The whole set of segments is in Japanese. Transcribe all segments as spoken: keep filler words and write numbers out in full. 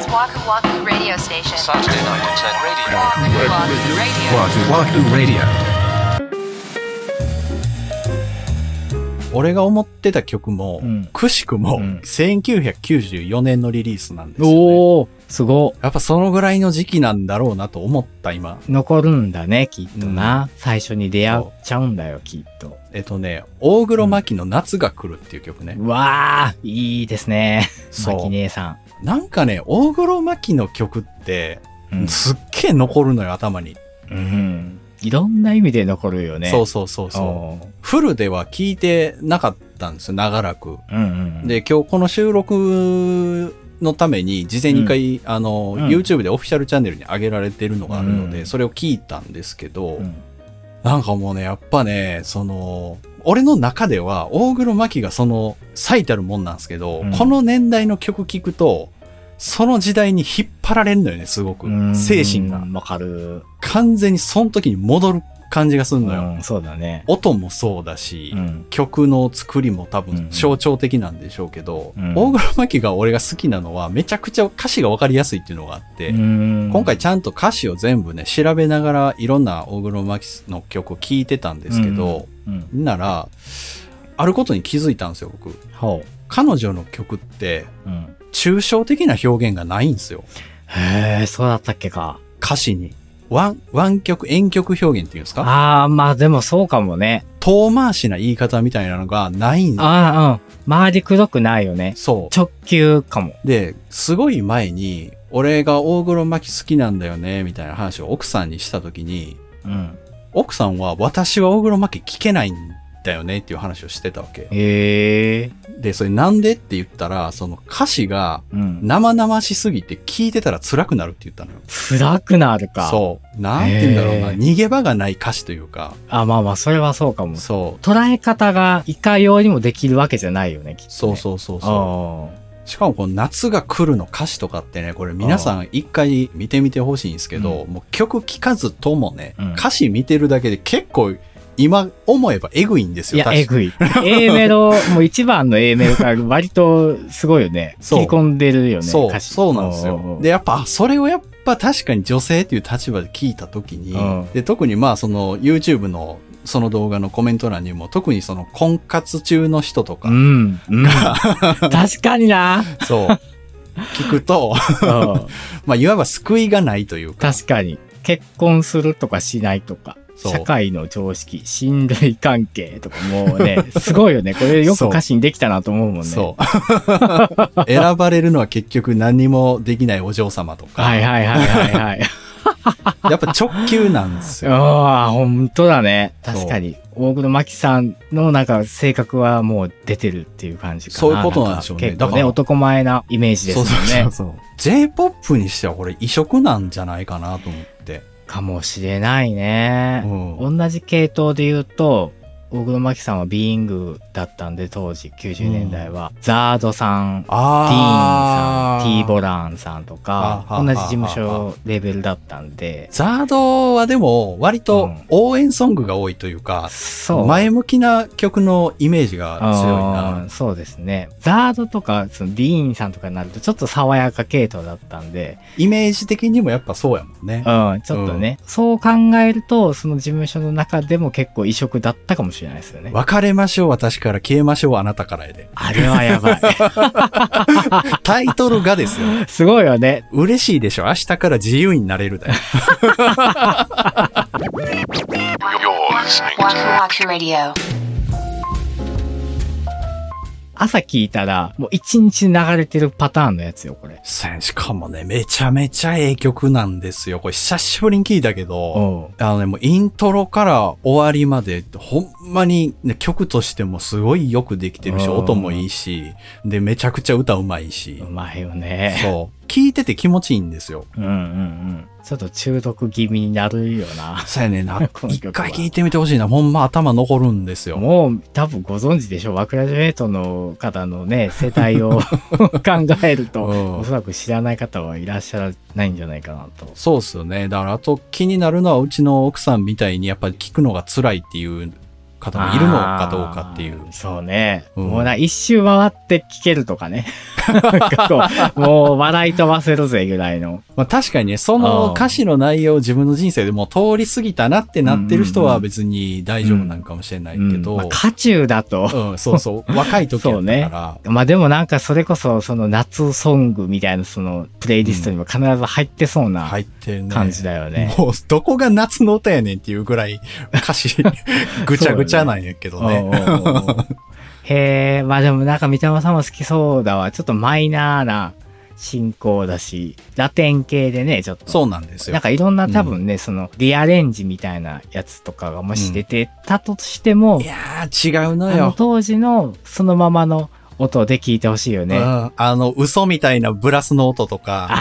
Waku Waku Radio Station. Saturday night at ten radio. Waku Waku Radio. Wahoo Radio. 俺が思ってた曲も、うん、くしくも、うん、せんきゅうひゃくきゅうじゅうよねんのリリースなんですよね。 おー、すご。 やっぱそのぐらいの時期なんだろうなと思った今。 残るんだね、きっとな。うん、最初に出会っちゃうんだよ、きっと。 えっとね、大黒摩季の夏が来るっていう曲ね。 うん、うわー、いいですね。摩季姉さん。 なんかね、大黒摩季の曲って、うん、すっげー残るのよ、頭に。 うん。いろんな意味で残るよね。 そうそうそうそう。フルでは聞いてなかったんですよ、長らく。うんうん、で、今日この収録のために、事前に一回、うん、あの、うん、YouTube でオフィシャルチャンネルに上げられてるのがあるので、うん、それを聞いたんですけど、うん、なんかもうね、やっぱね、その、俺の中では、大黒摩季がその、最たるもんなんですけど、うん、この年代の曲聞くと、その時代に引っ張られるのよね、すごく。精神が。 わかる。 完全にその時に戻る感じがするのよ。 うん、そうだね。 音もそうだし、うん、曲の作りも多分象徴的なんでしょうけど、うん、大黒摩季が俺が好きなのはめちゃくちゃ歌詞がわかりやすいっていうのがあって、今回ちゃんと歌詞を全部ね、調べながらいろんな大黒摩季の曲を聴いてたんですけど、うんうん、なら、あることに気づいたんですよ、僕。 ほう。 彼女の曲って、うん抽象的な表現がないんですよ。 へえ、そうだったっけか。 歌詞に。ワン、ワン曲、円曲表現っていうんですか？ ああ、まあでもそうかもね。 遠回しな言い方みたいなのがないんですよ。 ああ、うん。回りくどくないよね。 そう。 直球かも。 で、すごい前に、俺が大黒摩季好きなんだよね、みたいな話を奥さんにしたときに、うん。奥さんは私は大黒摩季聞けないんだよねっていう話をしてたわけ。 へえ。 で、それなんでって言ったら、その歌詞が生々しすぎて聞いてたら辛くなるって言ったのよ。 辛くなるか。 そう。なんて言うんだろうな。逃げ場がない歌詞というか。 あ、まあまあ、それはそうかも。 そう。 捉え方がいかようにもできるわけじゃないよね、きっと、ね。 そうそうそうそう。しかもこの夏が来るの歌詞とかってね、これ皆さん一回見てみてほしいんですけど、もう曲聴かずともね、うん、歌詞見てるだけで結構今思えばエグいんですよ。 いや、エグい。A メロ、もう一番の A メロから割とすごいよね。切り込んでるよね。 そう、そうなんですよ。で、やっぱ、それをやっぱ確かに女性っていう立場で聞いたときに、で、特にまあその YouTube のその動画のコメント欄にも、特にその婚活中の人とかが、うんうん、 確かにな。 そう。聞くと、まあいわば救いがないというか。 確かに。結婚するとかしないとか。社会の常識、信頼関係とかもうね、すごいよね。これよく歌詞にできたなと思うもんね。 そう。選ばれるのは結局何にもできないお嬢様とか。 はいはいはいはいはい。 やっぱ直球なんですよ。 ああ、本当だね。確かに。大黒摩季さんのなんか性格はもう出てるっていう感じかな。 そういうことなんでしょうね。 結構ね、だから男前なイメージですよね。そうそうそう。 J-ポップ にしてはこれ異色なんじゃないかなと思って。 かもしれないね、うん、同じ系統で言うと大黒摩季さんはビーイングだったんで当時きゅうじゅうねんだいは、うん、ザードさん、ディーンさん、T ボランさんとか同じ事務所レベルだったんで、 ザードはでも割と応援ソングが多いというか、うん、前向きな曲のイメージが強いな。 そうですね。ザードとかそのディーンさんとかになるとちょっと爽やか系統だったんで、 イメージ的にもやっぱそうやもんね。 うん、ちょっとね、うん、そう考えるとその事務所の中でも結構異色だったかもしれないですよね。 別れましょう私から消えましょうあなたからへで。 あれはやばい。 タイトルがですよ。 すごいよね。 嬉しいでしょ。明日から自由になれるだよ。 朝聞いたら、もう一日流れてるパターンのやつよ、これ。 しかもね、めちゃめちゃええ曲なんですよ。これ久しぶりに聞いたけど、あのね、もうイントロから終わりまで、ほんまに、ね、曲としてもすごいよくできてるし、音もいいし、で、めちゃくちゃ歌うまいし。 うまいよね。 そう。聞いてて気持ちいいんですよ。 うんうんうん。ちょっと中毒気味になるよな。 そうやねんな。一回聞いてみてほしいな。ほんま頭残るんですよ。 もう多分ご存知でしょう。ワクラジュエイトの方のね、世代を考えると、うん、おそらく知らない方はいらっしゃらないんじゃないかなと。 そうっすよね。だからあと気になるのはうちの奥さんみたいにやっぱり聞くのが辛いっていう方もいるのかどうかっていう。 そうね。 うん、 もうな、一周回って聞けるとかね。なんかこう、もう笑い飛ばせるぜぐらいの。 まあ確かにね、その歌詞の内容を自分の人生でもう通り過ぎたなってなってる人は別に大丈夫なんかもしれないけど。うんうんまあ、 渦中だと。 うん、そうそう。若い時だったから。そうね。 まあでもなんかそれこそその夏ソングみたいなそのプレイリストにも必ず入ってそうな感じだよね。 もうどこが夏の歌やねんっていうぐらい歌詞ぐちゃぐちゃなんやけどね。ねおうおうおうへえ、まあでもなんか三玉さんも好きそうだわ。ちょっとマイナーな進行だし、ラテン系でね、ちょっと。 そうなんですよ。 なんかいろんな多分ね、うん、そのリアレンジみたいなやつとかがもし出てたとしても、うん、 いやー違うのよ。 あの当時のそのままの音で聞いてほしいよね。うん、 あの、嘘みたいなブラスの音とか。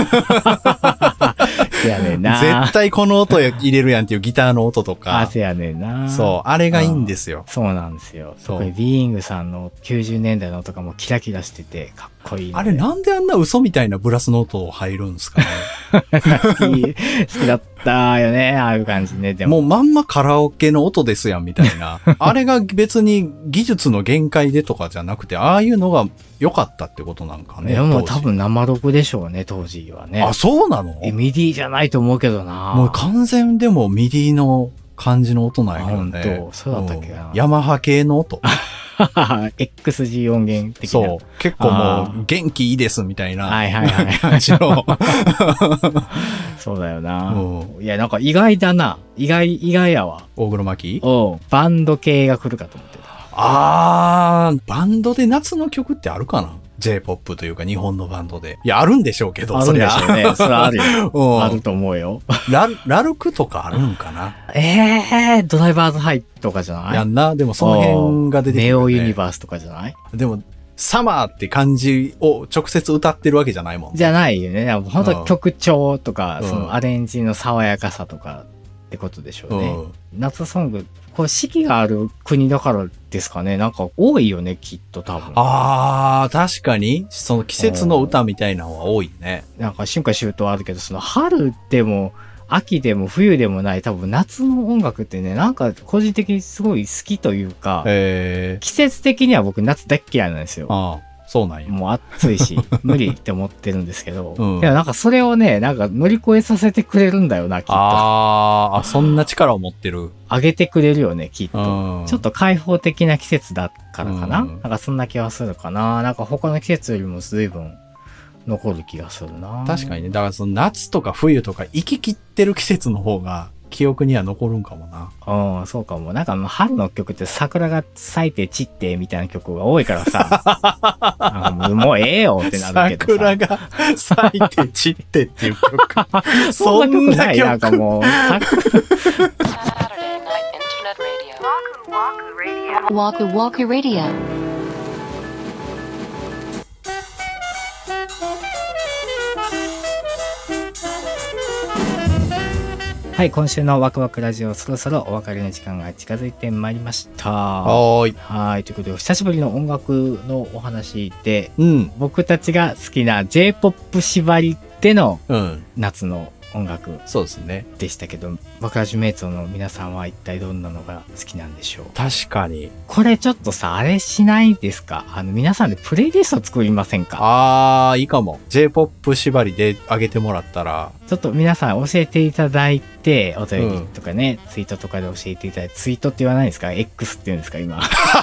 せやねんな。 絶対この音入れるやんっていうギターの音とか。 あ、せやねんな。 そう。あれがいいんですよ。 そうなんですよ。そう。ビーイングさんのきゅうじゅうねんだいの音がもうキラキラしててかっこいい、ね。 あれなんであんな嘘みたいなブラスの音入るんですかね。 好き、好きだったよね。ああいう感じね。でも。 もうまんまカラオケの音ですやんみたいな。あれが別に技術の限界でとかじゃなくて、ああいうのが良かったってことなんかね。 でも多分生録でしょうね、当時はね。 あ、そうなの？ え、ミディじゃないと思うけどな。 もう完全でもミディの感じの音なんやけどね。 ほんと、そうだったっけな。 ヤマハ系の音。 エックスジー 音源的な。 そう。結構もう元気いいですみたいな。 はいはいはい。 感じの。 そうだよな。いや、なんか意外だな。意外、意外やわ。 大黒摩季？ おう。バンド系が来るかと思ってた。 あー、バンドで夏の曲ってあるかな？ J-ポップ というか日本のバンドで。いや、あるんでしょうけど、 あるんでしょうね。それはあるよ。あると思うよ。 ラ、ラルクとかあるんかな？ ええー、ドライバーズハイとかじゃない？ やんな。でもその辺が出てくる、ね。 ネオユニバースとかじゃない？ でも、サマーって感じを直接歌ってるわけじゃないもん、ね。 じゃないよね。本当曲調とか、そのアレンジの爽やかさとかってことでしょうね。うん、夏ソング、これ四季がある国だからですかね。なんか多いよね、きっと多分。 あー、確かに。その季節の歌みたいなのは多いね。 なんか春夏秋冬あるけど、その春でも秋でも冬でもない多分夏の音楽ってね、なんか個人的にすごい好きというか、 へー、 季節的には僕夏大っ嫌いなんですよ。 ああ。そうなんや。 もう暑いし、無理って思ってるんですけど。うん、いや、なんかそれをね、なんか乗り越えさせてくれるんだよな、きっと。 ああ、そんな力を持ってる。 上げてくれるよね、きっと。うん、ちょっと開放的な季節だからかな、うん、なんかそんな気はするかな。なんか他の季節よりも随分残る気がするな。 確かにね。だからその夏とか冬とか行き切ってる季節の方が、記憶には残るんかもな。 うん、そうかも。なんか春の曲って桜が咲いて散ってみたいな曲が多いからさ。もうええよってなるけどさ。 桜が咲いて散ってっていう曲。 そんな曲ない。なんかもう。 Waku Waku Radio。 はい、今週のワクワクラジオ、そろそろお別れの時間が近づいてまいりました。 はい。 はい、ということで、久しぶりの音楽のお話で、 うん、 僕たちが好きな J-ポップ 縛りでの夏の音楽そうですねでしたけど、ワクラジメイトの皆さんは一体どんなのが好きなんでしょう？ 確かに。 これちょっとさ、あれしないですか？あの、皆さんでプレイリスト作りませんか？ あー、いいかも。J-ポップ 縛りで上げてもらったら。 ちょっと皆さん教えていただいて、お便りとかね、うん、ツイートとかで教えていただいて、ツイートって言わないですか？ X って言うんですか今。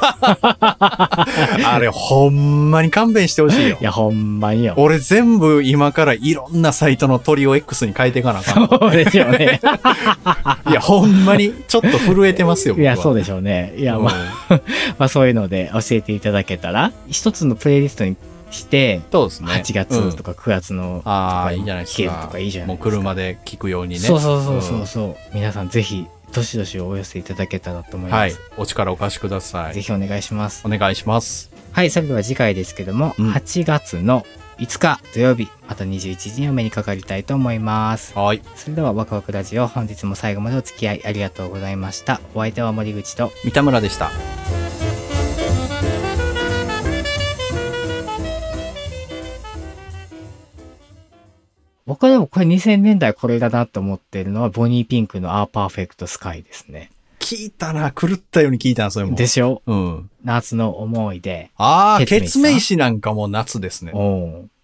あれ、ほんまに勘弁してほしいよ。 いや、ほんまによ。 俺全部今からいろんなサイトの鳥を X に変えていかなあかん。 そうでしょうね。 いや、ほんまにちょっと震えてますよ。 いや、そうでしょうね。いや、まあ、まあそういうので教えていただけたら、一つのプレイリストにして、 そうですね、 はちがつとかくがつのとかに聴けるとかいいじゃないですか。 もう車で聴くようにね。 そうそうそうそうそう、うん、皆さんぜひどしどしお寄せいただけたらと思います。はい、 お力お貸しください。 ぜひお願いします。 お願いします。 はい、それでは次回ですけども、うん、はちがつのいつか土曜日、またにじゅういちじにお目にかかりたいと思います。 はい。 それではワクワクラジオ、本日も最後までお付き合いありがとうございました。お相手は森口と三田村でした。 僕はでもこれにせんねんだいこれだなと思ってるのはボニーピンクのアーパーフェクトスカイですね。 来聞いたな。狂ったように聞いたな、それも。 でしょ？ うん。 夏の思い出。 ああ、ケツメイシなんかも夏ですね。 お